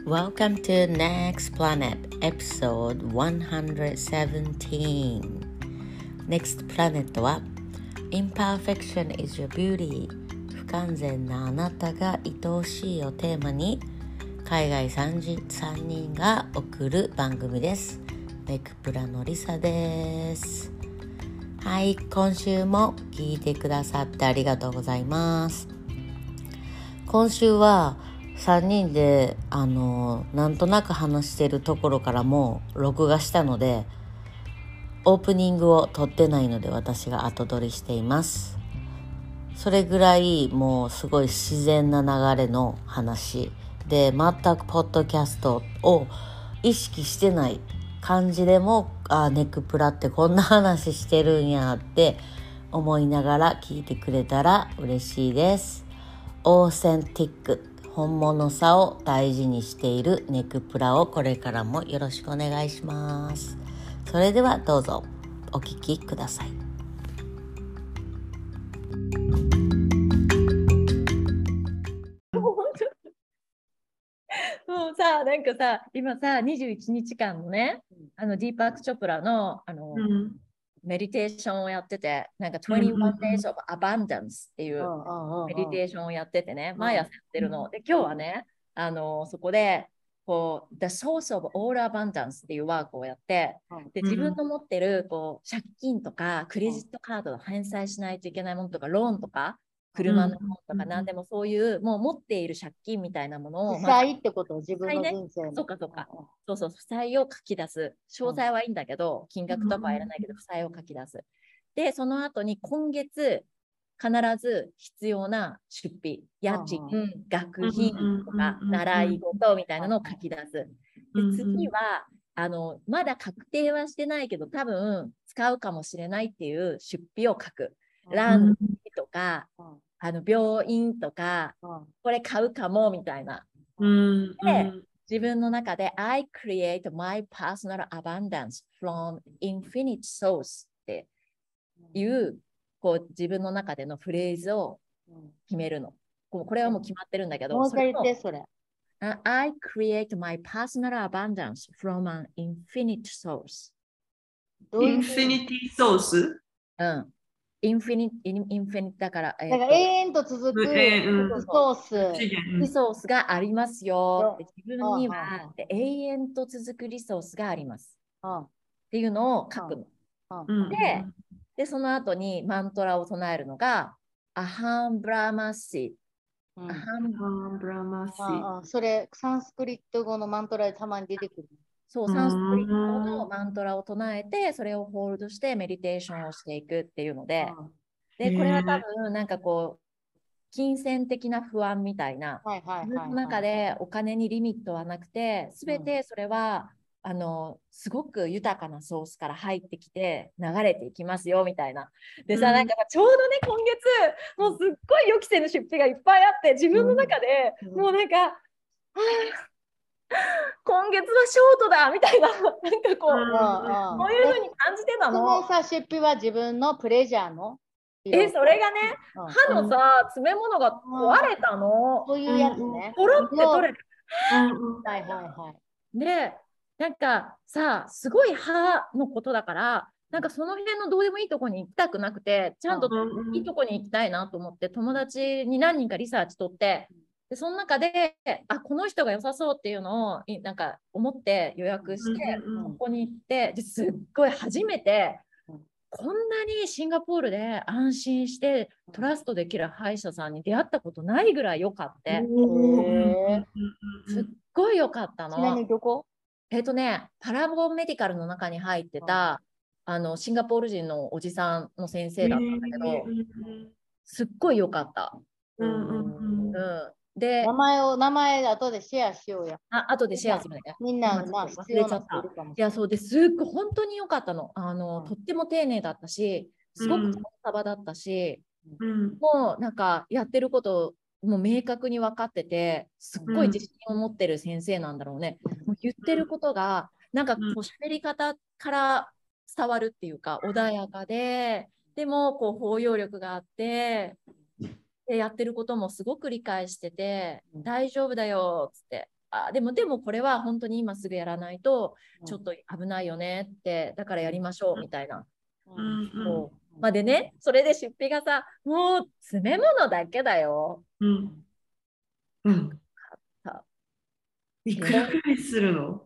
Welcome to Next Planet Episode 117 Next Planet は Imperfection is your beauty 不完全なあなたが愛おしいをテーマに海外3人が送る番組です。ネクプラのリサです。はい、今週も聞いてくださってありがとうございます。今週は3人でなんとなく話してるところからも録画したので、オープニングを撮ってないので私が後撮りしています。それぐらいもうすごい自然な流れの話で、全くポッドキャストを意識してない感じでも、ネクプラってこんな話してるんやって思いながら聞いてくれたら嬉しいです。オーセンティック、本物さを大事にしているネクプラをこれからもよろしくお願いします。それではどうぞお聞きください。 もうさ、なんかさ、今さ、21日間のね、ディーパーク・チョプラの、メディテーションをやってて、なんか21 Days of Abundance っていうメディテーションをやっててね、毎朝やってるの。で、今日はね、そこで、こう、The Source of All Abundance っていうワークをやって、で、自分の持ってる、こう、借金とか、クレジットカードを返済しないといけないものとか、ローンとか、車のものとか何でもそういう、もう持っている借金みたいなものを、 負債ってこと、自分の人生の。 そうかそうか。そうそう、負債を書き出す。詳細はいいんだけど、金額とかはいらないけど、負債を書き出す。で、その後に今月、必ず必要な出費、家賃、学費とか、習い事みたいなのを書き出す。で、次は、まだ確定はしてないけど、多分使うかもしれないっていう出費を書く。ランドとか、病院とか、これ買うかもみたいな。で、自分の中で I create my personal abundance from infinite source っていう、こう自分の中でのフレーズを決めるの。これはもう決まってるんだけど、 もう一回言ってそれ。 I create my personal abundance from an infinite source。 インフィニティソース？ うん。インフィニだから、 だから永遠と続くソース。 リソースがありますよ。自分には永遠と続くリソースがあります。っていうのを書くの。で、その後にマントラを唱えるのが、アハンブラマシ。 アハンブラマシ。 それ、サンスクリット語のマントラでたまに出てくる。 そう、サンスクリット語のマントラを唱えて、それをホールドしてメディテーションをしていくっていうので、で、これは多分、なんかこう、金銭的な不安みたいな、自分の中でお金にリミットはなくて、すべてそれは、すごく豊かなソースから入ってきて流れていきますよみたいな。でさ、なんかちょうどね、今月、もうすっごい予期せぬ出費がいっぱいあって、自分の中でもうなんか、今月はショートだみたいな、なんかこう、こういうふうに感じてたの。 そのさ、出費は自分のプレジャーのそれがね、歯のさ、詰め物が壊れたの。 そういうやつね。 ポロって取れる。 はいはいはい。 で、なんかさ、すごい歯のことだから、なんかその辺のどうでもいいとこに行きたくなくて、ちゃんといいとこに行きたいなと思って、友達に何人かリサーチ取って、でその中で、この人が良さそうっていうのをなんか思って予約して、ここに行って、ですっごい初めて、こんなにシンガポールで安心してトラストできる歯医者さんに出会ったことないぐらい良かった。すっごい良かったの。 ちなみにどこ？ パラボメディカルの中に入ってた、シンガポール人のおじさんの先生だったんだけど、すっごい良かった。で、 名前後でシェアしようや。 後でシェアするね。 みんな忘れちゃった。いや、そうですっごい本当に良かったの。とっても丁寧だったし、すごくサバだったし、もうなんかやってることもう明確に分かってて、すっごい自信を持ってる先生なんだろうね。もう言ってることが、なんかこう喋り方から伝わるっていうか、穏やかで、でもこう包容力があって、でやってることもすごく理解してて、大丈夫だよっつって、 でもこれは本当に今すぐやらないとちょっと危ないよねって、だからやりましょうみたいな。まあでね、それで出費がさ、もう詰め物だけだよ。 いくらくらいするの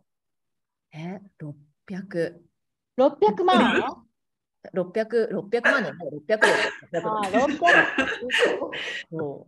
？600。 600万 600万じゃない、600だよ。 600。 そう。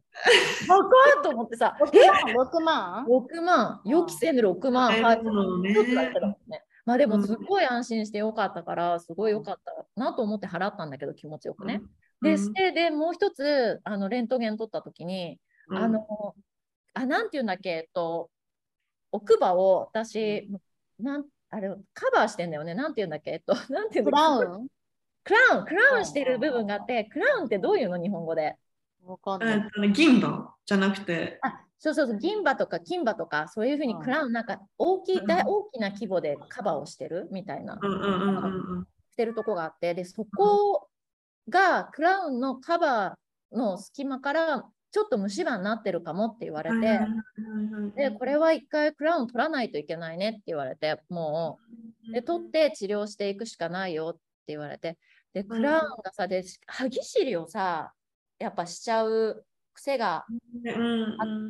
高いと思ってさ、 6万 ?6 万、予期せぬ6万、はい。まあでもすごい安心してよかったから、すごいよかったなと思って払ったんだけど、気持ちよくね。で、もう一つ、レントゲン取った時に、なんていうんだっけ、奥歯を私、あれ、カバーしてんだよね。なんていうんだっけ、なんていうんだっけ。クラウンしてる部分があって、クラウンってどういうの日本語で？ 銀歯じゃなくて。 そう、銀歯とか金歯とか、そういうふうにクラウン、なんか大きな規模でカバーをしてるみたいな、してるとこがあって、で、そこがクラウンのカバーの隙間からちょっと虫歯になってるかもって言われて、で、これは一回クラウン取らないといけないねって言われて、もう、で、取って治療していくしかないよって言われて、で、クラウンがさ、で、歯ぎしりをさ、やっぱしちゃう癖があって、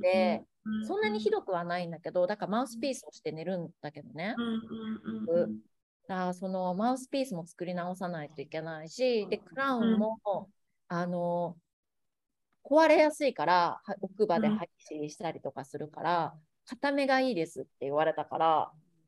そんなにひどくはないんだけど、だからマウスピースをして寝るんだけどね。だからそのマウスピースも作り直さないといけないし、で、クラウンも、壊れやすいから、奥歯で歯ぎしりしたりとかするから、硬めがいいですって言われたから、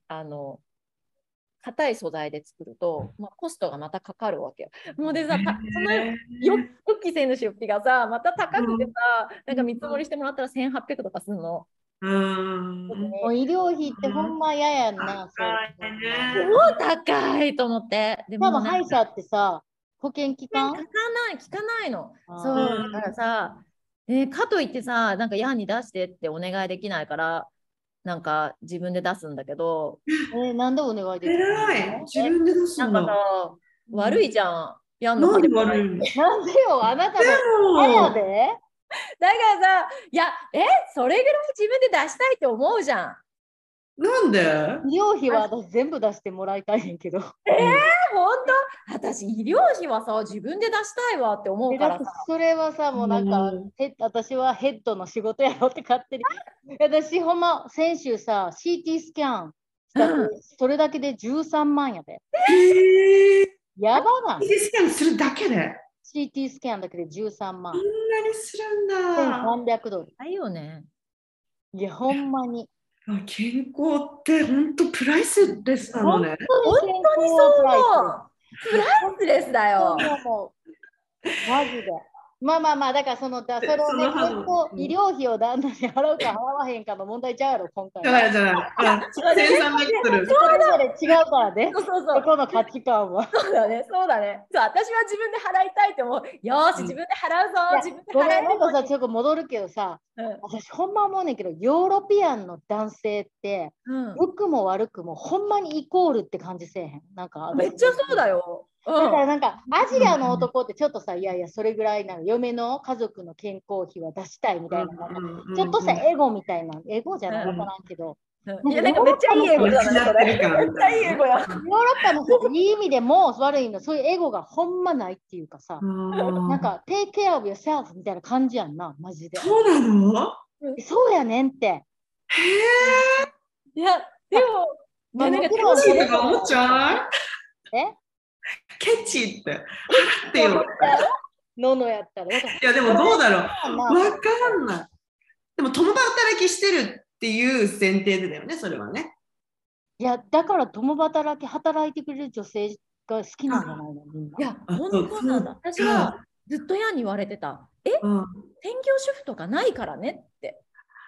硬い素材で作ると、コストがまたかかるわけよ。もうでさ、その予期せぬ出費がさ、また高くてさ、なんか見積もりしてもらったら1800とかするの。 もう医療費ってほんま嫌やんな。 そう高いと思って。 でも歯医者ってさ、保険聞かないの。そう、だからさ、かといってさ、なんかヤンに出してってお願いできないから、なんか自分で出すんだけど。 なんでお願いできないの？ 偉い。自分で出すの？なんかさ、悪いじゃん。ヤンの歯でも悪い。 なんでよ、あなたの歯やで。 だからさ、いや、それぐらい自分で出したいって思うじゃん。 なんで？ 医療費は私全部出してもらいたいねんけど。 本当？私、医療費はさ、自分で出したいわって思うからさ。 それはさ、もうなんか、私はヘッドの仕事やろって勝手に。私、ほんま、先週さ、CT スキャンしたそれだけで13万やで。やばない？ CT スキャンするだけで？ CT スキャンだけで13万。 そんなにするんだ。 1300ドル。 ないよね。 いや、ほんまに。 健康って本当プライスレスなのね。 本当にそう思う。プライスレスだよ。 マジで。まあ、だからそのね、医療費を旦那に払うか払わへんかの問題ちゃうやろ、今回。 じゃない。1300ドル。 それぞれ違うからね。 そう。 ここの価値観は。 そうだね。そう、私は自分で払いたいって思う。よーし、自分で払うぞ。自分で払える。ごめん、さ、ちょっと戻るけどさ、私ほんま思うねんけど、ヨーロピアンの男性って、良くも悪くもほんまにイコールって感じせえへん。なんかめっちゃそうだよ。 だからなんかアジアの男ってちょっとさ、いやそれぐらいなの、嫁の家族の健康費は出したいみたいな、ちょっとしたエゴみたいな、エゴじゃないわからんけど、 いや、なんかめっちゃいいエゴじゃない、それ。めっちゃいいエゴや。ヨーロッパの人っていい意味でも悪いの、そういうエゴがほんまないっていうかさ、なんか take care of yourself みたいな感じやんな、マジで。 そうなの？ そうやねんって。へいや、でも、 なんかケチとか思っちゃう？ケチって払ってよ。 ののやったら。 いや、でもどうだろう。わかんない。でも共働きしてるっていう前提でだよね、それはね。 いや、だから共働き、働いてくれる女性が好きなんじゃないの、みんな。 いや、本当なんだ。私はずっとヤンに言われてた。専業主婦とかないからねって。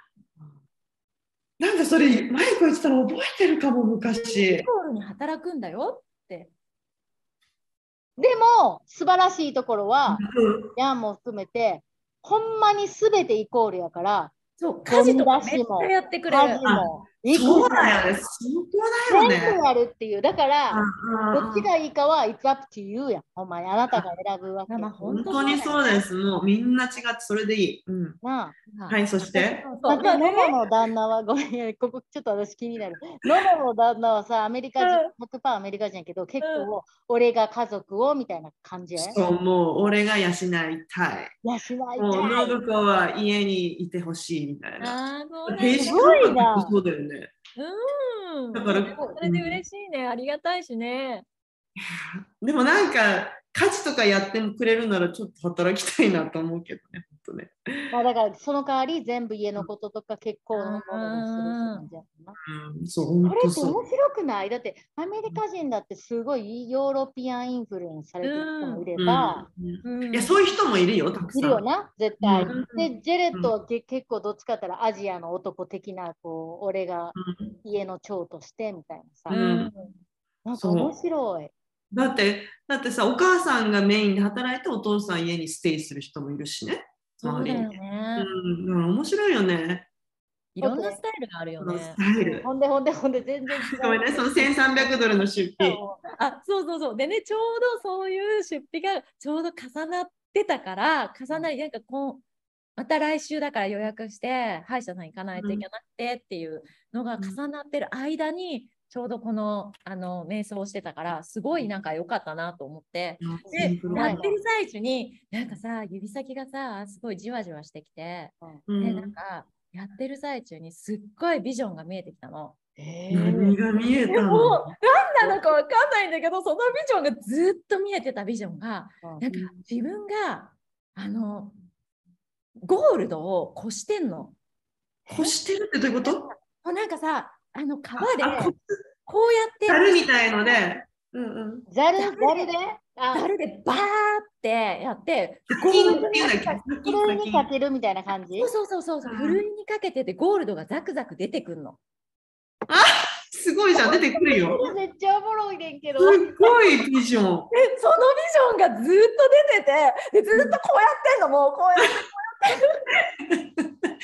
なんかそれ、マイク言ってたの覚えてるかも、昔。 イコールに働くんだよって。 でも、素晴らしいところは、ヤンも含めて、ほんまに全てイコールやから、 そう、家事とかめっちゃやってくれる。 家事も、 そうだよね。そこだよね。 全部やるっていう。だから、どっちががいいかは、It's up to you やん。ほんまにあなたが選ぶわけ。 本当にそうです。もうみんな違ってそれでいい。 なあ。 はい、そしてなんか、ノモの旦那は、ごめん、ここちょっと私気になる。ノモの旦那はさ、アメリカ人、100%アメリカ人やけど、結構、俺が家族をみたいな感じ。 そう、もう俺が養いたい。 養いたい。 もう信子は家にいてほしいみたいな。 すごいな。 そうだよね。だからそれで嬉しいね。ありがたいしね。 でもなんか家事とかやってくれるならちょっと働きたいなと思うけどね、本当ね。 まあだからその代わり全部家のこととか結構のものをするし、 そう、 これって面白くない？だってアメリカ人だってすごいヨーロピアンインフルエンスされてる人もいれば、 いやそういう人もいるよ、たくさん。 いるよな、絶対。で、ジェレットは結構どっちかって言ったらアジアの男的な、こう、俺が家の長としてみたいなさ。なんか面白い。 だってさ、お母さんがメインで働いてお父さん家にステイする人もいるしね。 そうだよね。 面白いよね。 いろんなスタイルがあるよね。 スタイル。 ほんで全然違う。 ごめんね、その$1300の出費。 そう。でね、ちょうどそういう出費がちょうど重なってたから、なんかまた来週だから予約して歯医者さん行かないといけなくてっていうのが重なってる間に、ちょうどこの瞑想をしてたからすごいなんか良かったなと思って、でやってる最中になんかさ指先がさすごいじわじわしてきて、でなんかやってる最中にすっごいビジョンが見えてきたの。 何が見えたの？ もう何なのか分かんないんだけど、そのビジョンがずっと見えてたビジョンが、なんか自分がゴールドをこしてんの。 こしてるってどういうこと？ なんかさ川でこうやってざるみたいので、 ざるでバーってやってゴールドにふるいにかけるみたいな感じ。 そうふるいにかけててゴールドがザクザク出てくるの。 すごいじゃん、出てくるよ。 めっちゃおもろいねんけど。 すごいビジョン。 そのビジョンがずっと出てて、でずっとこうやってんの、もうこうやって。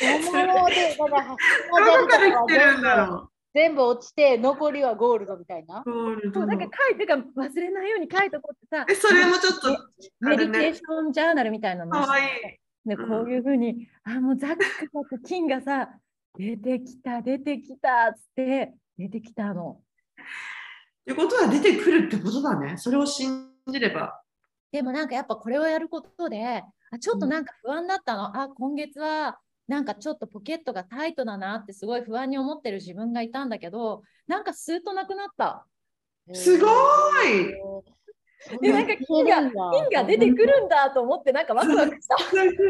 全部落ちて残りはゴールドみたいな。 そうなんか書いてか忘れないように書いとこうってさ。 それもちょっとメディテーションジャーナルみたいなの。 かわいい。 でこういうふうにもうザクザク金がさ出てきたっつって出てきたの。 ってことは出てくるってことだね。それを信じれば。 でもなんかやっぱこれをやることでちょっとなんか不安だったの。今月はなんかちょっとポケットがタイトだなってすごい不安に思ってる自分がいたんだけど、なんかスーッとなくなった。 すごい。 でなんか金が出てくるんだと思ってなんかワクワクした。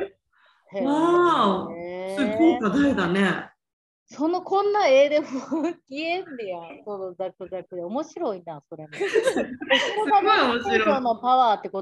わー、すごい課題だね。 こんな絵でも消えんでや、そのザクザクで面白いな、それも。それがメディテーションのパワーってこと？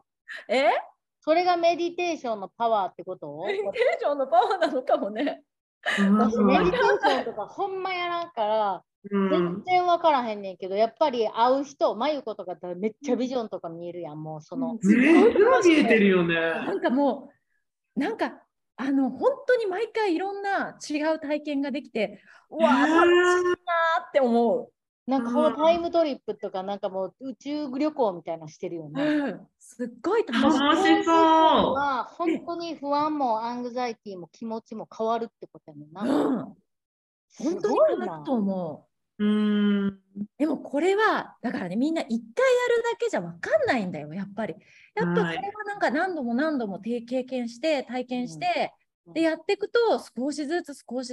それがメディテーションのパワーってこと？ メディテーションのパワーなのかもね。 私メディテーションとかほんまやらんから、全然分からへんねんけど、やっぱり会う人、まゆことかだったらめっちゃビジョンとか見えるやん、もうその。 見えてるよね。 なんかもう、なんか本当に毎回いろんな違う体験ができて、うわー、楽しいなって思う。 なんかこのタイムトリップとか、なんかもう宇宙旅行みたいなしてるよね。 すっごい楽しそう。 本当に不安もアングザイティも気持ちも変わるってことやねんな。 本当に変わると思う。でもこれはだからね、みんな一回やるだけじゃ分かんないんだよ、やっぱり。やっぱこれはなんか何度も経験して体験して、でやっていくと少しずつこ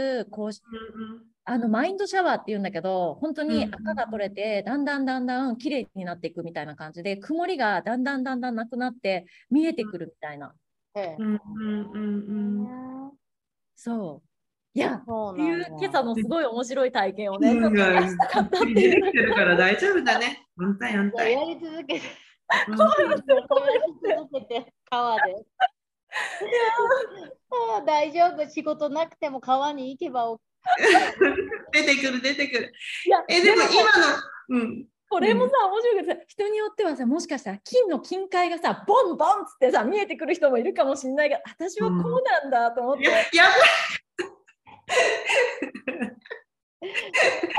うマインドシャワーっていうんだけど、本当に赤が取れてだんだん綺麗になっていくみたいな感じで、曇りがだんだんなくなって見えてくるみたいな。そういやっていう今朝のすごい面白い体験をね、したかったっていう。 できてるから大丈夫だね。反対。 やり続けて、川で。大丈夫、仕事なくても川に行けば出てくる。でも今の、 これもさ、面白いけどさ、人によってはさ、もしかしたら金の金塊がさ、ボンボンっつってさ、見えてくる人もいるかもしれないけど、私はこうなんだと思って。 やばい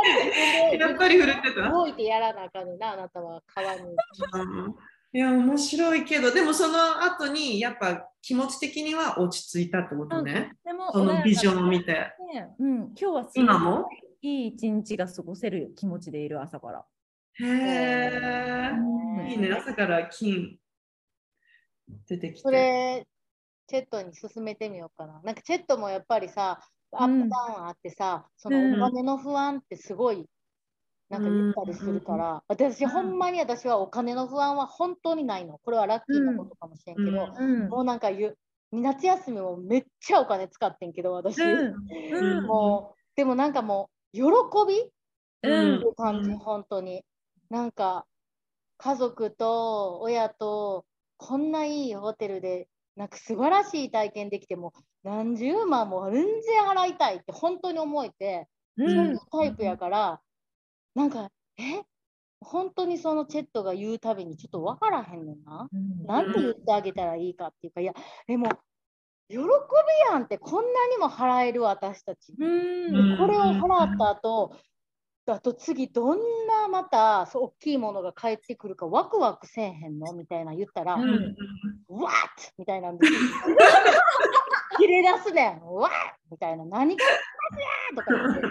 自分でやっぱり震ってた。 動いてやらなあかんねんな、あなたは川に。 いや、面白いけど、でもその後にやっぱ気持ち的には落ち着いたってことね。 でもそのビジョンを見て。 今日はすご今もいい一日が過ごせる気持ちでいる朝から。 へえ、いいね、朝から金出てきて。 それ、チェットに進めてみようかな。なんかチェットもやっぱりさ、アップダウンあってさ、そのお金の不安ってすごいなんか言ったりするから、ほんまに私はお金の不安は本当にないの。これはラッキーなことかもしれんけど、もうなんか夏休みもめっちゃお金使ってんけど、私。もう、でもなんかもう、喜びっていう感じ、本当に。なんか、家族と親と、こんないいホテルで、なんか素晴らしい体験できても、何十万も全然払いたいって本当に思えて、そういうタイプやから、なんか、本当にそのチェットが言うたびにちょっと分からへんねんな。なんて言ってあげたらいいかっていうか、いや、でも、喜びやんってこんなにも払える私たち。でこれを払った後、あと次どんなまた大きいものが返ってくるかワクワクせえへんのみたいな言ったら、What? みたいなんで切れ出すねん。What? みたいな。何がとか言って。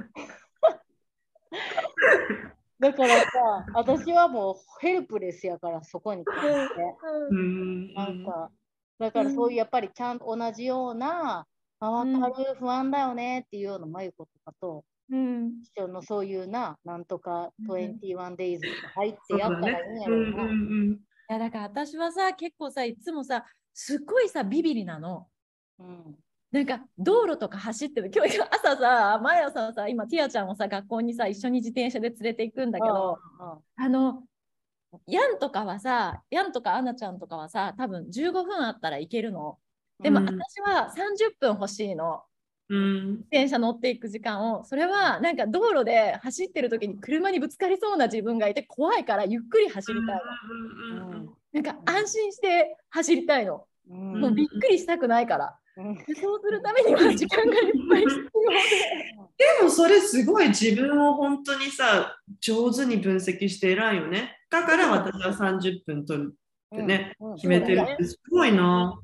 だからさ、私はもうヘルプレスやから、そこに関して。なんか、だからそういうやっぱりちゃんと同じような、分かる、不安だよねっていうようなまゆことかと、一緒のそういうなんとか21 days とか入ってやったらいいんやろうな。 いやだから私はさ、結構さ、いつもさ、すっごいさ、ビビリなの。なんか道路とか走ってる、今日朝さ、毎朝さ、今ティアちゃんをさ、学校にさ、一緒に自転車で連れて行くんだけど、ヤンとかはさ、ヤンとかアナちゃんとかはさ、多分15分あったら行けるの。でも私は30分欲しいの。自転車乗っていく時間を。それはなんか道路で走ってる時に車にぶつかりそうな自分がいて怖いからゆっくり走りたいの。なんか安心して走りたいの。もうびっくりしたくないから。そうするためには時間がいっぱい必要で。 でもそれすごい自分を本当にさ、上手に分析して偉いよね。だから私は30分取るってね、決めてるってすごいな。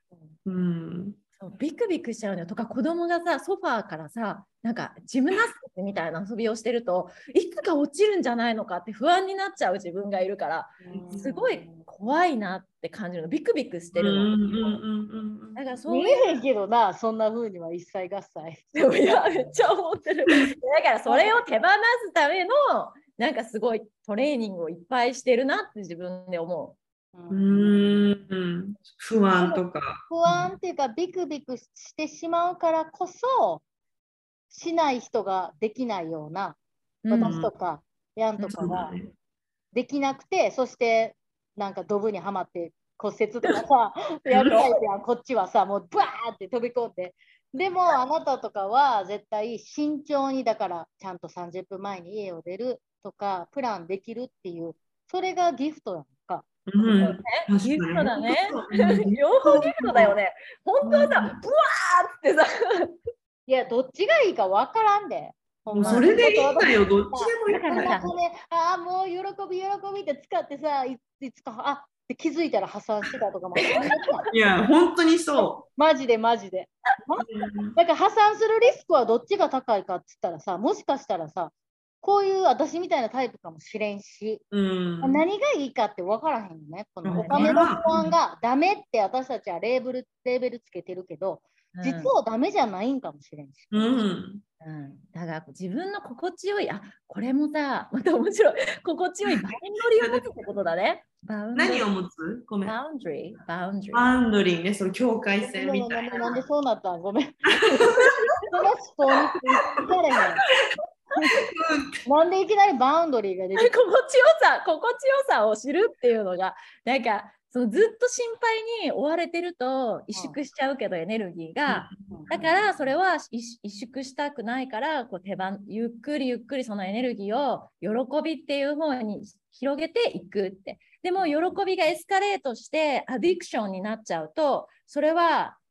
ビクビクしちゃうのよ。とか子供がさ、ソファーからさ、なんかジムナスティックみたいな遊びをしてると、いつか落ちるんじゃないのかって不安になっちゃう自分がいるから、すごい怖いなって感じるの。ビクビクしてるの。 だからそう見えへんけどな、そんな風には一切合切。 いや、めっちゃ思ってる。だからそれを手放すための、なんかすごいトレーニングをいっぱいしてるなって自分で思う。 不安とか。 不安っていうか、ビクビクしてしまうからこそ、しない人ができないような、私とか、ヤンとかができなくて、そしてなんかドブにはまって骨折とかさ、やるタイプやん、こっちはさ、もうバーって飛び込んで。でもあなたとかは絶対慎重に、だからちゃんと30分前に家を出るとか、プランできるっていう、それがギフトやんか。 ギフトだね。両方ギフトだよね。本当はさ、ブワーってさ。 いや、どっちがいいか分からんで。 もうそれでいいんだよ、どっちでもいいから。もう喜びって使ってさ、いつか、気づいたら破産してたとかも。 いや、本当にそう。 マジで。だから破産するリスクはどっちが高いかって言ったらさ、もしかしたらさ、こういう私みたいなタイプかもしれんし、何がいいかって分からへんよね。このお金の不安がダメって私たちはレーベルつけてるけど、実はダメじゃないんかもしれんし。 だから自分の心地よい、これもさ、また面白い。心地よいバウンドリーを持つってことだね。 何を持つ？ごめん。 バウンドリーね、その境界線みたいな。 なんでそうなったん？ごめん。その思考につかれへん。なんでいきなりバウンドリーが出てくる？ 心地よさを知るっていうのが、なんかそのずっと心配に追われてると萎縮しちゃうけど、エネルギーが。だからそれは萎縮したくないから、ゆっくりそのエネルギーを喜びっていう方に広げていくって。でも喜びがエスカレートしてアディクションになっちゃうと、それは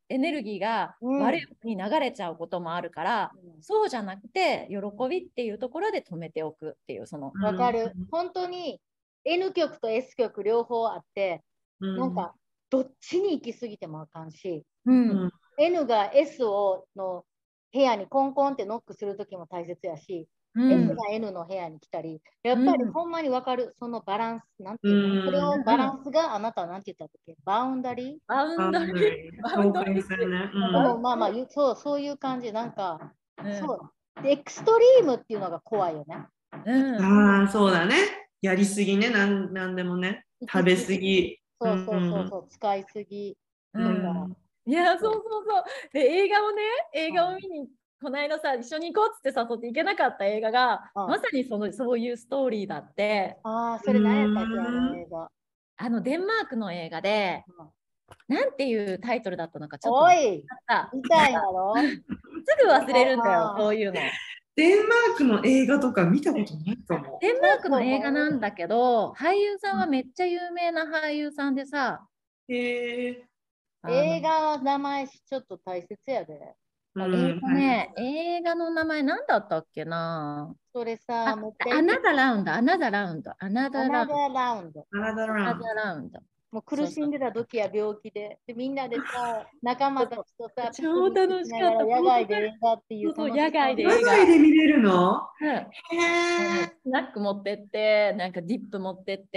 エネルギーが悪い方に流れちゃうこともあるから、そうじゃなくて喜びっていうところで止めておくっていう、そのわかる。本当に N 極と S 極両方あって、なんかどっちに行き過ぎてもあかんし、N が S の部屋にコンコンってノックするときも大切やし、S が N の部屋に来たり、やっぱりほんまにわかる、そのバランス、なんていうの、それをバランスがあなたはなんて言ったっけ、バウンダリーバウンドリーバウンドリーまあまあ、そういう感じ、なんか、そうで。エクストリームっていうのが怖いよね。 ああ、そうだね。やりすぎね、なんでもね。食べすぎ。 そう、使いすぎ。 いや、そう。で、映画を見に、この間さ、一緒に行こうっつって誘って行けなかった映画が、まさにそういうストーリーだって。 ああ、それ何やったっけ、映画。 デンマークの映画で、なんていうタイトルだったのか、ちょっとおい、見たいだろすぐ忘れるんだよ、そういうの。 デンマークの映画とか見たことないかも。 デンマークの映画なんだけど、俳優さんはめっちゃ有名な俳優さんでさ。 映画の名前ちょっと大切やで。 映画の名前なんだったっけな。 それさ、 アナザーラウンド、アナザーラウンド、アナザーラウンド。もう苦しんでた時や病気で、みんなでさ、仲間たちとさ、 超楽しかった。 野外で映画っていう。 野外で見れるの？ スナック持ってって、なんかディップ持ってって、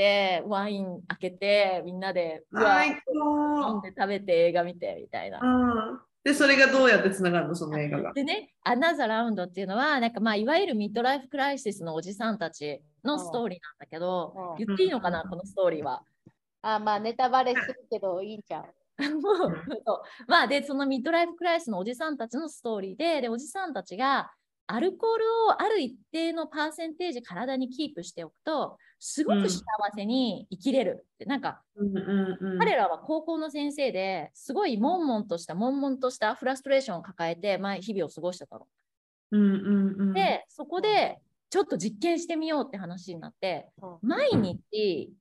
ワイン開けて、みんなで飲んで食べて映画見てみたいな。 で、それがどうやってつながるの、その映画が。 でね、アナザーラウンドっていうのは、なんかまあ、いわゆるミッドライフクライシスのおじさんたちのストーリーなんだけど、言っていいのかな、このストーリーは。 まあ、ネタバレするけど、いいんちゃう。 まあ、で、そのミッドライフクライシスのおじさんたちのストーリーで、おじさんたちがアルコールをある一定のパーセンテージ体にキープしておくと、すごく幸せに生きれるって、なんか、彼らは高校の先生ですごい悶々としたフラストレーションを抱えて、日々を過ごしてたの。で、そこでちょっと実験してみようって話になって、毎日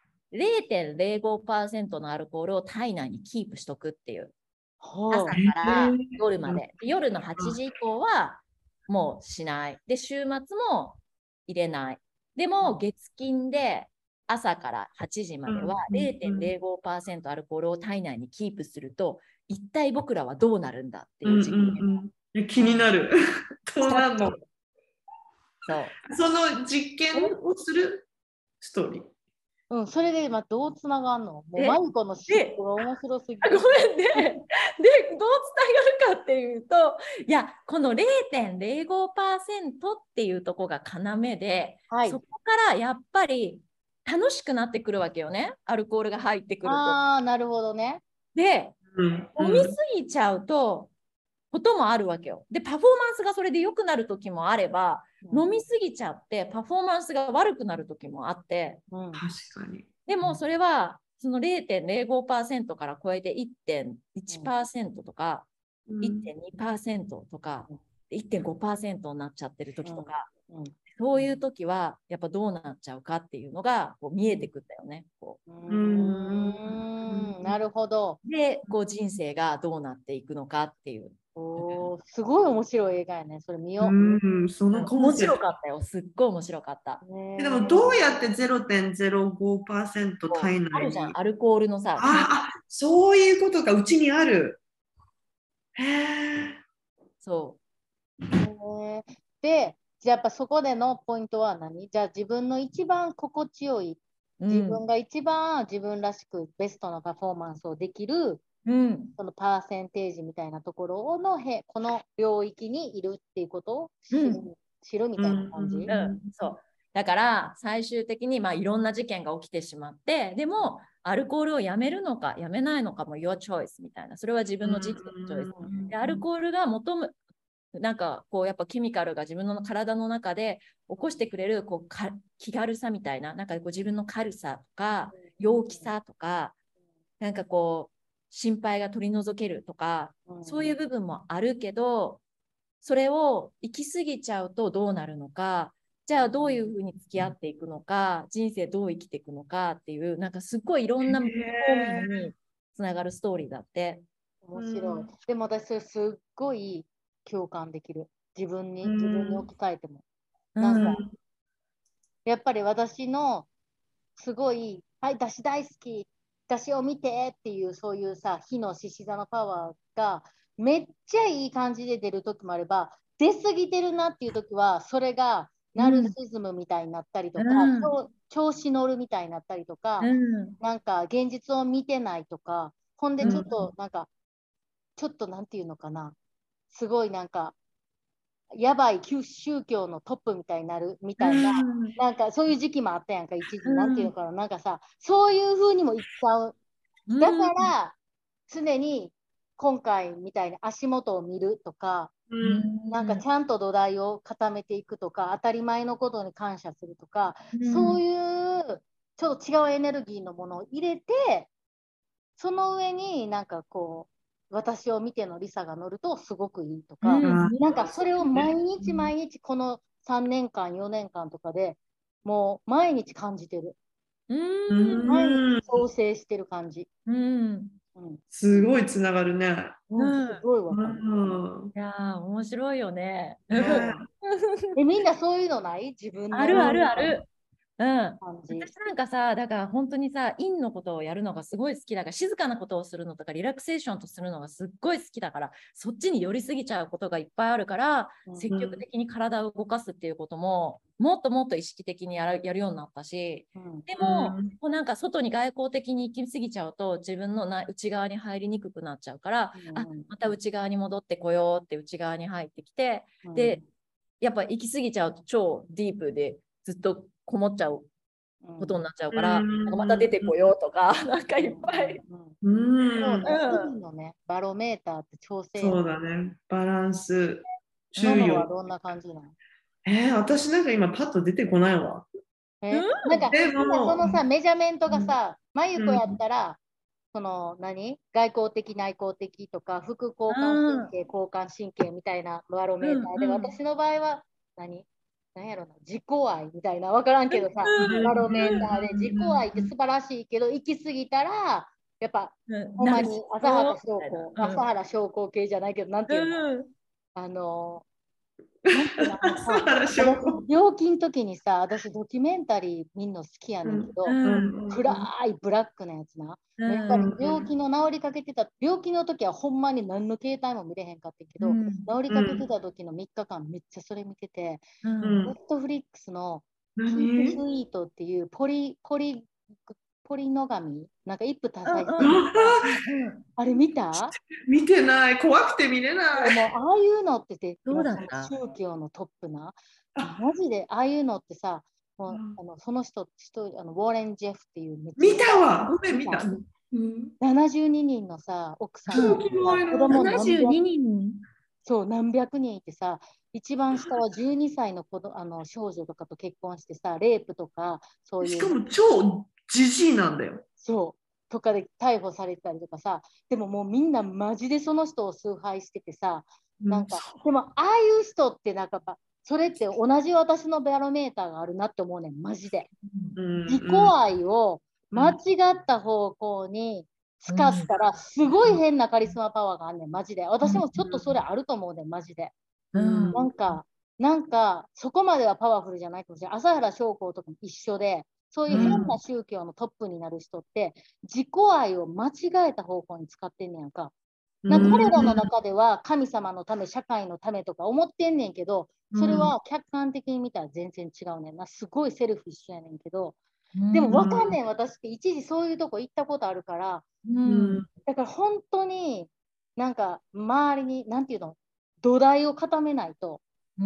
0.05% のアルコールを体内にキープしとくっていう。朝から夜まで。夜の8時以降はもうしない。で、週末も入れない。でも、月金で朝から8時までは 0.05% アルコールを体内にキープすると、一体僕らはどうなるんだっていう実験。 気になる。どうなるの？ その実験をするストーリー。 それで今どうつながんの？もうマリコの仕事が面白すぎる。 ごめんね。で、どうつながるかっていうと、いや、この 0.05% っていうとこが要で、そこからやっぱり楽しくなってくるわけよね。アルコールが入ってくると。 なるほどね。 で、飲みすぎちゃうこともあるわけよ。で、パフォーマンスがそれで良くなる時もあれば、飲みすぎちゃってパフォーマンスが悪くなる時もあって、 確かに。 でもそれはその 0.05% から超えて 1.1% とか、1.2% とか 1.5% になっちゃってる時とか、そういう時はやっぱどうなっちゃうかっていうのがこう見えてくったよね。 なるほど。 で、人生がどうなっていくのかっていう。 すごい面白い映画やね。それ見よう。 その面白かったよ。すっごい面白かった。 でもどうやって 0.05% 体内にあるじゃん、アルコールのさ。 そういうことがうちにある。へえ。 そう。 で、じゃあやっぱそこでのポイントは何？じゃあ自分の一番心地よい、自分が一番自分らしくベストなパフォーマンスをできる、そのパーセンテージみたいなところのこの領域にいるっていうことを知るみたいな感じ。 そうだから最終的にいろんな事件が起きてしまって、でもアルコールをやめるのかやめないのかも your choice みたいな、それは自分の人生のチョイスで、アルコールがなんかやっぱケミカルが自分の体の中で起こしてくれる気軽さみたいな、なんか自分の軽さとか陽気さとか、なんか心配が取り除けるとか、そういう部分もあるけど、それを行き過ぎちゃうとどうなるのか、じゃあどういうふうに付き合っていくのか、人生どう生きていくのかっていう、なんかすっごいいろんな方面につながるストーリーだって。 面白い。でも私それすっごい共感できる。自分に置き換えても。なんか、やっぱり私のすごい、はい、私大好き、私を見てっていう、そういうさ、火の獅子座のパワーがめっちゃいい感じで出るときもあれば、出過ぎてるなっていうときは、それがナルシズムみたいになったりとか、調子乗るみたいになったりとか、なんか現実を見てないとか、ほんでちょっとなんか、ちょっとなんていうのかな、すごいなんか、やばい宗教のトップみたいになるみたいな、なんかそういう時期もあったやんか、一時、なんていうのかな、なんかさ、そういう風にもいっちゃう。だから、常に今回みたいに足元を見るとか、なんかちゃんと土台を固めていくとか、当たり前のことに感謝するとか、そういうちょっと違うエネルギーのものを入れて、その上になんかこう、私を見てのリサが乗るとすごくいいとか、なんかそれを毎日毎日この3年間、4年間とかでもう毎日感じてる。毎日調整してる感じ。 すごいつながるね。 すごいわかる。 いやー、面白いよね。 みんなそういうのない自分の。 あるあるある。私なんかさ、だから本当にさ、陰のことをやるのがすごい好きだから、静かなことをするのとか、リラクセーションとするのがすっごい好きだから、そっちに寄りすぎちゃうことがいっぱいあるから、積極的に体を動かすっていうことも、もっともっと意識的にやるようになったし、でも、もうなんか外に外交的に行き過ぎちゃうと、自分の内側に入りにくくなっちゃうから、また内側に戻ってこようって内側に入ってきて、で、やっぱ行き過ぎちゃうと超ディープでずっとこもっちゃうことになっちゃうから、また出てこようとか、なんかいっぱい。 そうね、日々のね、バロメーターって調整。 そうだね、バランス、 注意はどんな感じなの？ 私なんか今パッと出てこないわ。 なんかそのさ、メジャーメントがさ、まゆこやったら、その外交的内向的とか副交感神経交感神経みたいなバロメーターで、私の場合は何やろな、自己愛みたいな分からんけどさ、バロメーターで自己愛って素晴らしいけど行き過ぎたらやっぱほんまに朝原将校系じゃないけど、なんていうの、病気の時にさ、私ドキュメンタリー見んの好きやねんけど、暗いブラックなやつな。やっぱり病気の治りかけてた、病気の時はほんまに何の携帯も見れへんかったけど、治りかけてた時の3日間めっちゃそれ見てて、ネットフリックスのキープスイートっていうポリノガミなんか一夫多妻制あれ見た？ 見てない。怖くて見れない。 もうああいうのって宗教のトップな。マジでああいうのってさ、もうその人ウォーレン・ジェフっていう見たわ。ごめん見た。 72人のさ、奥さん子供 72人そう何百人いてさ、一番下は12歳の少女とかと結婚してさ、レイプとかそういう。 しかも超ジジイなんだよ。 そうとかで逮捕されたりとかさ、でももうみんなマジでその人を崇拝しててさ、なんか、でもああいう人ってなんかそれって同じ私のバロメーターがあるなって思うねん、マジで。自己愛を間違った方向に使ったらすごい変なカリスマパワーがあんねん、マジで。私もちょっとそれあると思うねん、マジで。なんかそこまではパワフルじゃないかもしれない。朝原将校とかも一緒で、そういう変な宗教のトップになる人って、自己愛を間違えた方向に使ってんねやんか。なんか彼らの中では神様のため、社会のためとか思ってんねんけど、それは客観的に見たら全然違うねんな。すごいセルフィッシュやねんけど、でも分かんねん、私って一時そういうとこ行ったことあるから、だから本当になんか周りに、なんていうの、土台を固めないと、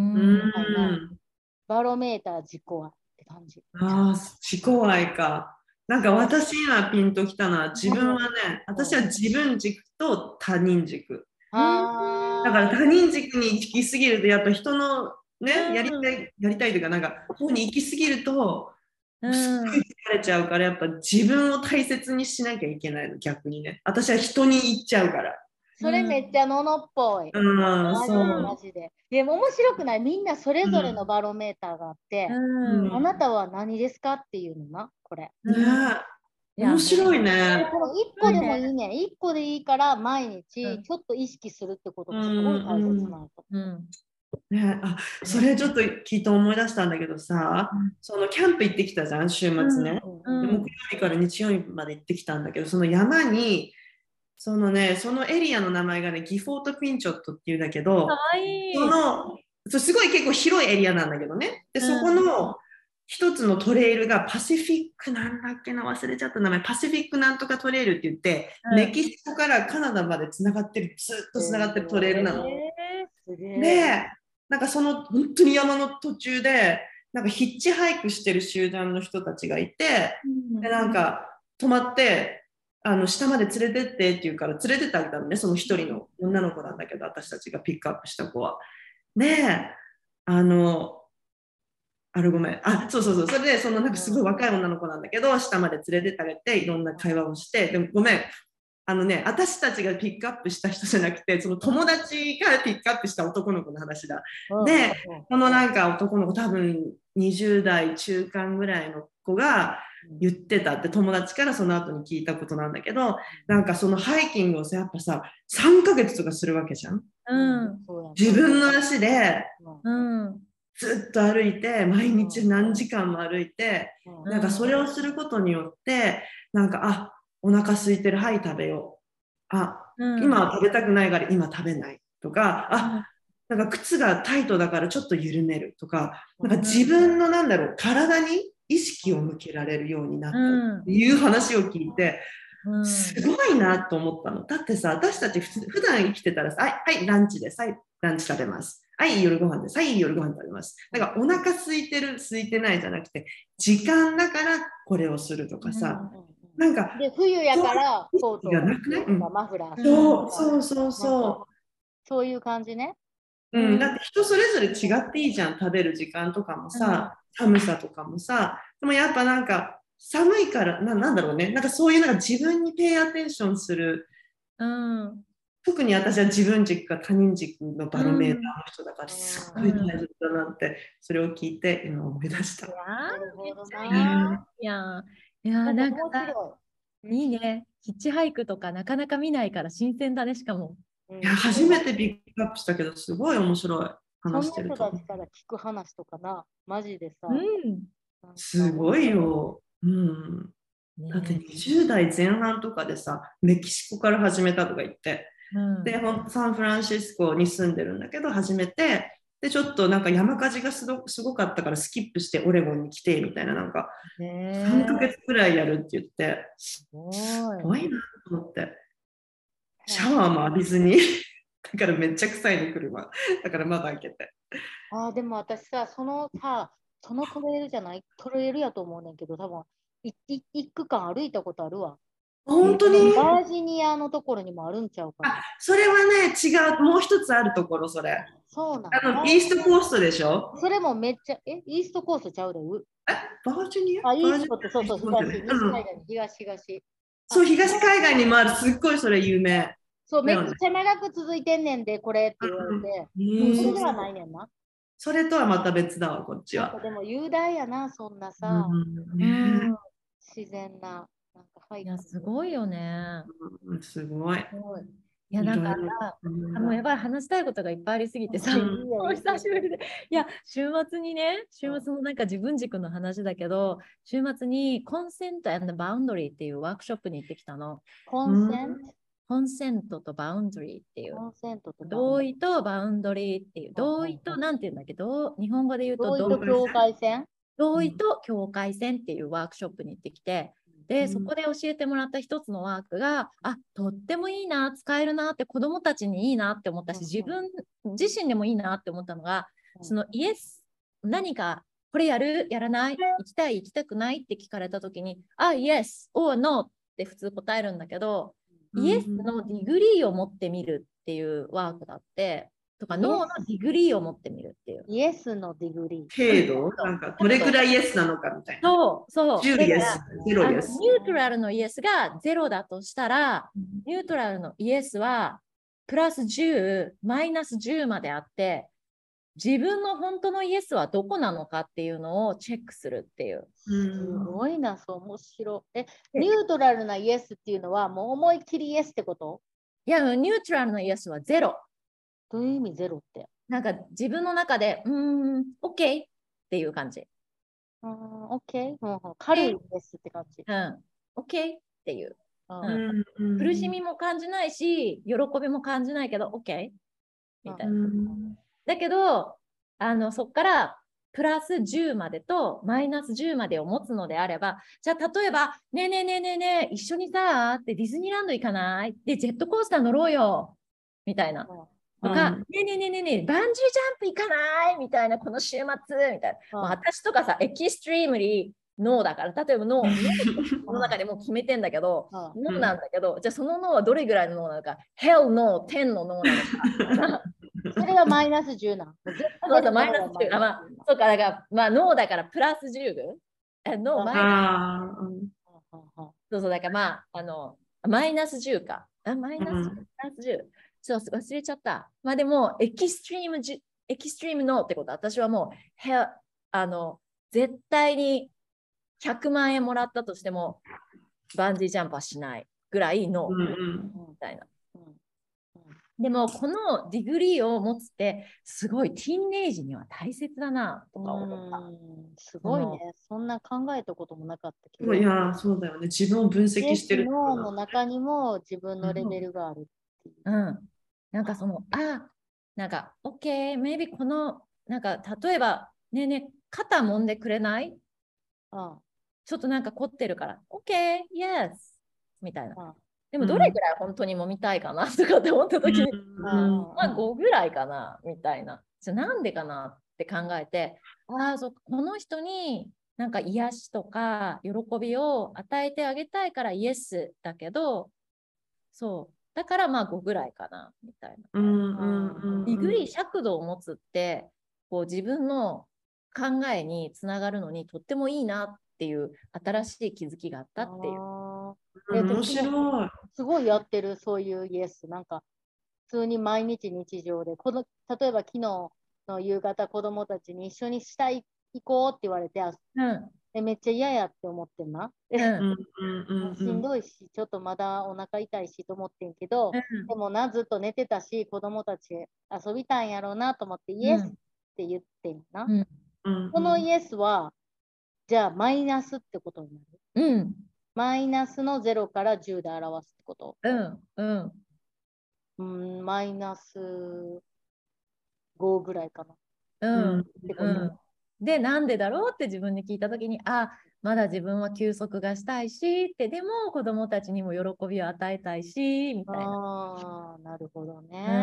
バロメーター自己愛って感じ。 自己愛か。なんか私今ピンときたのは、自分はね、私は自分軸と他人軸。だから他人軸に行き過ぎると、やっぱ人のね、やりたいというか、なんか、ここに行き過ぎると、すっごい疲れちゃうから、やっぱ自分を大切にしなきゃいけないの、逆にね。私は人に行っちゃうから。 それめっちゃののっぽい。マジで。でも面白くない？みんなそれぞれのバロメーターがあって、あなたは何ですかっていうのな、これ。 面白いでね。 この1個でもいいね。1個でいいから毎日ちょっと意識するってことがすごい大切なの。 ね、それちょっと聞いて思い出したんだけどさ、そのキャンプ行ってきたじゃん、週末ね。で木曜日から日曜日まで行ってきたんだけど、その山に、そのエリアの名前がね、ギフォート・ピンチョットっていうんだけど、すごい結構広いエリアなんだけどね。で、そこの一つのトレイルがパシフィックなんだっけな、忘れちゃった名前、パシフィックなんとかトレイルって言って、メキシコからカナダまでつながってる、ずっとつながってるトレイルなの。で、なんかその本当に山の途中で、なんかヒッチハイクしてる集団の人たちがいて、で、なんか泊まって、下まで連れてってって言うから連れてってあげたのね、その一人の女の子なんだけど、私たちがピックアップした子は。で、ごめん。そう。それで、なんかすごい若い女の子なんだけど、下まで連れてってあげて、いろんな会話をして、でもごめん。私たちがピックアップした人じゃなくて、その友達がピックアップした男の子の話だ。で、このなんか男の子、多分20代中間ぐらいの子が言ってたって、友達からその後に聞いたことなんだけど、なんかそのハイキングをさ、やっぱさ、3ヶ月とかするわけじゃん。自分の足で、ずっと歩いて、毎日何時間も歩いて、なんかそれをすることによって、なんか、お腹空いてる、はい、食べよう。今は食べたくないから今食べないとか、なんか靴がタイトだからちょっと緩めるとか、なんか自分の体に意識を向けられるようになったっていう話を聞いて、すごいなと思ったの。だってさ、私たち普段生きてたらさ、はい、ランチです。はい、ランチ食べます。はい、夜ご飯です。はい、夜ご飯食べます。だからお腹空いてる、空いてないじゃなくて、時間だからこれをするとかさ、なんかで冬やからコートがなくない？ マフラーそういう感じね。 だって人それぞれ違っていいじゃん。食べる時間とかもさ、寒さとかもさ。でもやっぱなんか寒いからなんだろうね。なんかそういう自分にペイアテンションする。特に私は自分軸か他人軸のバロメーターの人だからすごい大切だなってそれを聞いて今思い出した。 なんかいいね。ヒッチハイクとかなかなか見ないから新鮮だね、しかも。 初めてピックアップしたけど、すごい面白い話してると。 そんな人たちから聞く話とかな、マジでさ。 すごいよ。だって20代前半とかでさ、メキシコから始めたとか言って、で、サンフランシスコに住んでるんだけど、始めて、で、ちょっとなんか山火事がすごかったからスキップしてオレゴンに来てみたいな、なんか3ヶ月くらいやるって言って、すごいなと思って。シャワーも浴びずに、だからめっちゃ臭いの車。だから窓開けて。 でも私さ、そのトレイルじゃない、トレイルやと思うねんけど、多分一区間歩いたことあるわ。 本当にバージニアのところにもあるんちゃうか。 それはね、違う。もう一つあるところ、それ。 そうなの。 イーストコーストでしょ？ それもめっちゃ、イーストコーストちゃうで。 バージニア？ イーストってそう、東。 そう、東海岸にもある。すっごいそれ有名。 そう、めっちゃ長く続いてんねんで、これって言われて。それではないねんな。 それとはまた別だわ、こっちは。 でも雄大やな、そんなさ。自然な。 いや、すごいよね。 すごい。 いや、なんかさ、やばい、話したいことがいっぱいありすぎてさ、お久しぶりで。いや、週末のなんか自分軸の話だけど、週末にコンセント&バウンドリーっていうワークショップに行ってきたの。 コンセントとバウンドリーっていう。 同意とバウンドリーっていう。同意となんて言うんだけど、日本語で言うと同意と境界線。 同意と境界線っていうワークショップに行ってきて、で、そこで教えてもらった一つのワークが、とってもいいな、使えるなって子どもたちにいいなって思ったし、自分自身でもいいなって思ったのが、そのイエス、何かこれやる、やらない、行きたい、行きたくないって聞かれたときに、イエス、or no って普通答えるんだけど、イエスのディグリーを持ってみるっていうワークだって、とか、ノーのディグリーを持ってみるっていう。 イエスのディグリー。 程度なんか、どれくらいイエスなのかみたいな。 そう。 10イエス、0イエス。 ニュートラルのイエスが0だとしたら、ニュートラルのイエスは、プラス10、マイナス10まであって、 自分の本当のイエスはどこなのかっていうのをチェックするっていう。 すごいな、そう、面白い。ニュートラルなイエスっていうのは、もう思いっきりイエスってこと？ いや、ニュートラルなイエスはゼロ。 どういう意味ゼロって？ なんか自分の中で、OK っていう感じ。 OK？軽いイエスって感じ。 OK っていう。 うん苦しみも感じないし、喜びも感じないけど、OK みたいな。だけど、そこからプラス10までとマイナス10までを持つのであれば、じゃあ例えば、ねえねえねえねえねえ、一緒にさ、ってディズニーランド行かない？で、ジェットコースター乗ろうよみたいな。とか、ねえねえねえねえねえ、バンジージャンプ行かないみたいな、この週末みたいな。私とかさ、エキストリームリーノーだから、例えばノーの中でもう決めてんだけど、ノーなんだけど、じゃあそのノーはどれぐらいのノーなのか、Hell no、10のノーなのか。 それがマイナス10なの。 そうそう、マイナス10。そうか、だから、ノーだからプラス10。ノー、マイナス。そうそう、だからマイナス10か。マイナス10。そう、忘れちゃった。でも、エキストリームノーってこと、私はもう、絶対に100万円もらったとしても、バンジージャンプはしないぐらいノーみたいな。でも、このディグリーを持つって、すごいティーンエイジには大切だなとか思った。 すごいね。そんな考えたこともなかったけど。 いや、そうだよね。自分を分析してる。 脳の中にも自分のレベルがあるっていう。 なんかなんか、OK、maybe この、なんか、例えば、ねえねえ、肩揉んでくれない？ちょっとなんか凝ってるから、OK、Yes みたいな。でもどれぐらい本当に揉みたいかなとかって思った時に、5ぐらいかなみたいな。じゃあなんでかなって考えて、この人になんか癒しとか喜びを与えてあげたいからイエスだけど、そう。だから5ぐらいかなみたいな。ディグリー尺度を持つって、こう自分の考えにつながるのにとってもいいなっていう新しい気づきがあったっていう。 面白い。 すごいやってる、そういうイエス。なんか、普通に毎日日常で、例えば昨日の夕方、子供たちに一緒に行こうって言われて、めっちゃ嫌やって思ってんな。しんどいし、ちょっとまだお腹痛いしと思ってんけど、でもずっと寝てたし、子供たち遊びたいんやろうなと思って、イエスって言ってんな。このイエスは、じゃあマイナスってことになる。マイナスの0から10で表すってこと。マイナス5ぐらいかな。 で、なんでだろうって自分に聞いたときに、まだ自分は休息がしたいしって、でも子供たちにも喜びを与えたいし、みたいな。 なるほどね。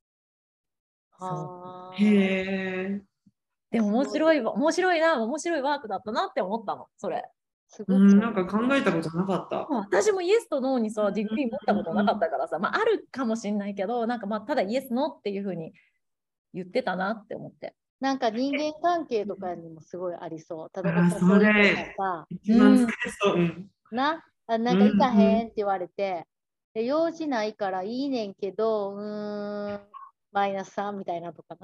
へえ。 でも面白いワークだったなって思ったの、それ。 なんか考えたことなかった。 私もイエスとノーにさ、ディグリー持ったことなかったからさ、あるかもしれないけど、なんかただイエス、ノーっていうふうに言ってたなって思って。 なんか人間関係とかにもすごいありそう。例えば、 それ、一番疲れそう。 なんか行かへんって言われて、用事ないからいいねんけど、マイナス3みたいなとかな。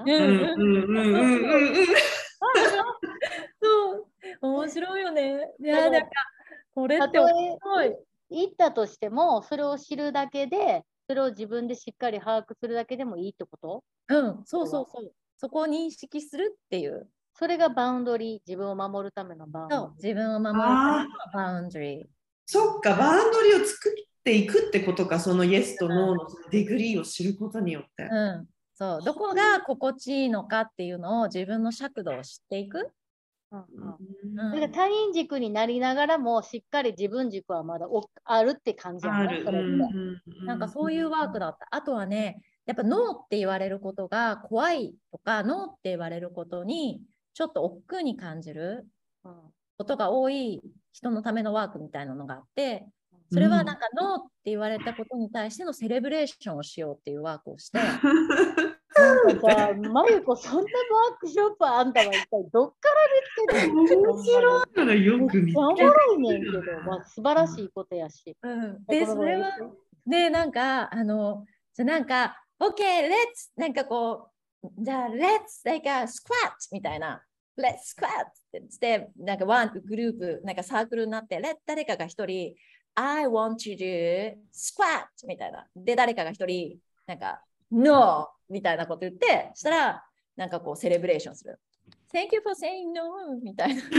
そう、面白いよね。いや、なんか、これって面白い。 言ったとしても、それを知るだけで、それを自分でしっかり把握するだけでもいいってこと？ そうそうそう。そこを認識するっていう。 それがバウンドリー、自分を守るためのバウンドリー。 そう、自分を守るためのバウンドリー。 そっか、バウンドリーを作っていくってことか、そのイエスとノーのデグリーを知ることによって。 そう、どこが心地いいのかっていうのを自分の尺度を知っていく。 他人軸になりながらもしっかり自分軸はまだあるって感じやね、それって。 なんかそういうワークだった。あとはね、やっぱノーって言われることが怖いとか、ノーって言われることにちょっと億劫に感じることが多い人のためのワークみたいなのがあって、それはなんかノーって言われたことに対してのセレブレーションをしようっていうワークをして。 なんかさ、まゆこ、そんなワークショップあんたは一体どっから見つけてるの？ 面白いのよく見つけて。 おもろいねんけど、素晴らしいことやし。 で、それは、で、なんか、じゃなんか、OK、レッツ、なんかこう、 じゃあ、let's take a squat みたいな。let's squat って言って、なんかワングループ、なんかサークルになって、誰かが一人、I want you to squat みたいな。で、誰かが一人、なんか、no みたいなこと言って、したら、なんかこう、セレブレーションする。Thank you for saying no みたいな。っていう、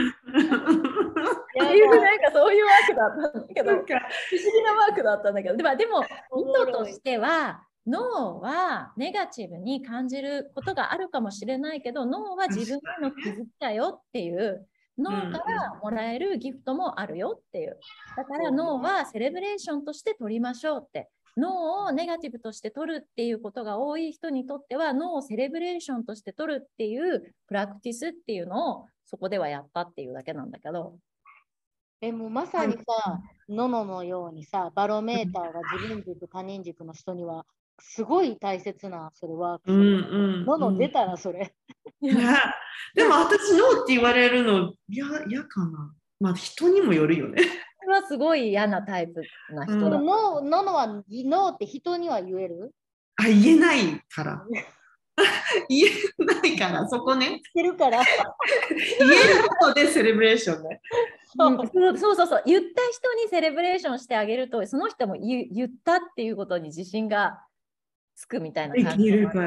なんかそういうワークだったんだけど、不思議なワークだったんだけど、でも、意図としては、脳はネガティブに感じることがあるかもしれないけど、脳は自分への気づきだよっていう、脳からもらえるギフトもあるよっていう。だから脳はセレブレーションとして取りましょうって。脳をネガティブとして取るっていうことが多い人にとっては、脳をセレブレーションとして取るっていうプラクティスっていうのをそこではやったっていうだけなんだけど。 もうまさにさ、ノノのようにさ、バロメーターが自分軸、他人軸の人にはすごい大切な、それワーク。ノノ出たらそれ。 でも私、ノーって言われるの嫌かな。まあ人にもよるよね。 それはすごい嫌なタイプな人だ。 ノノはノーって人には言える？ 言えないから。言えないから、そこね。 言えるから。 言えることでセレブレーションね。 そう。言った人にセレブレーションしてあげると、その人も言ったっていうことに自信がつくみたいな感じ。 できるから。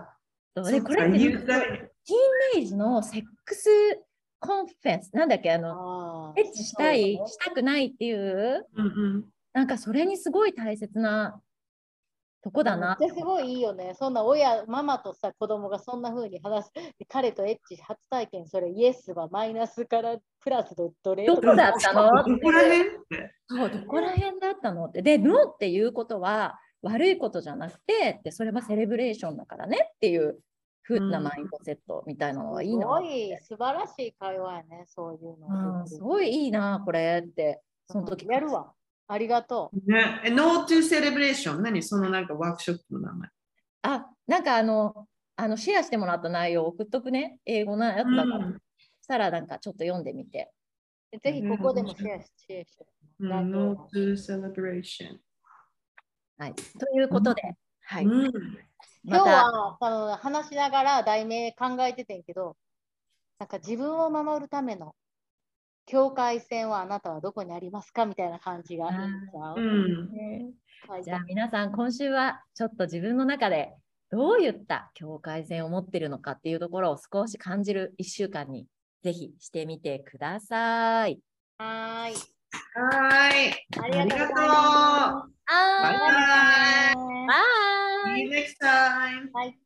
でこれってティーンエイジのセックスコンフェンス、なんだっけ、エッチしたくないっていう、なんかそれにすごい大切なとこだな。 すごいいいよね。そんなママとさ、子供がそんな風に話す。彼とエッチ初体験、それイエスはマイナスからプラスどれどこだったの？ どこら辺って。 そう、どこら辺だったのって。で、ノーっていうことは悪いことじゃなくて、でそれはセレブレーションだからねっていう風なマインドセットみたいなのはいいな。 すごい素晴らしい会話やね、そういうの。 すごいいいな、これって。その時やるわ。ありがとう。ね、No to Celebration。何そのなんかワークショップの名前。 なんかシェアしてもらった内容を送っとくね。英語のやつだから。したらなんかちょっと読んでみて。 ぜひここでもシェアして。 No to Celebration。 はい。ということで、はい。 今日は話しながら題名考えててんけど、なんか自分を守るための境界線はあなたはどこにありますかみたいな感じがいいんちゃう？ じゃあ皆さん今週はちょっと自分の中でどういった境界線を持っているのかっていうところを少し感じる1週間にぜひしてみてください。 はい。 ありがとう。バイバイ。 バイ。 See you next time.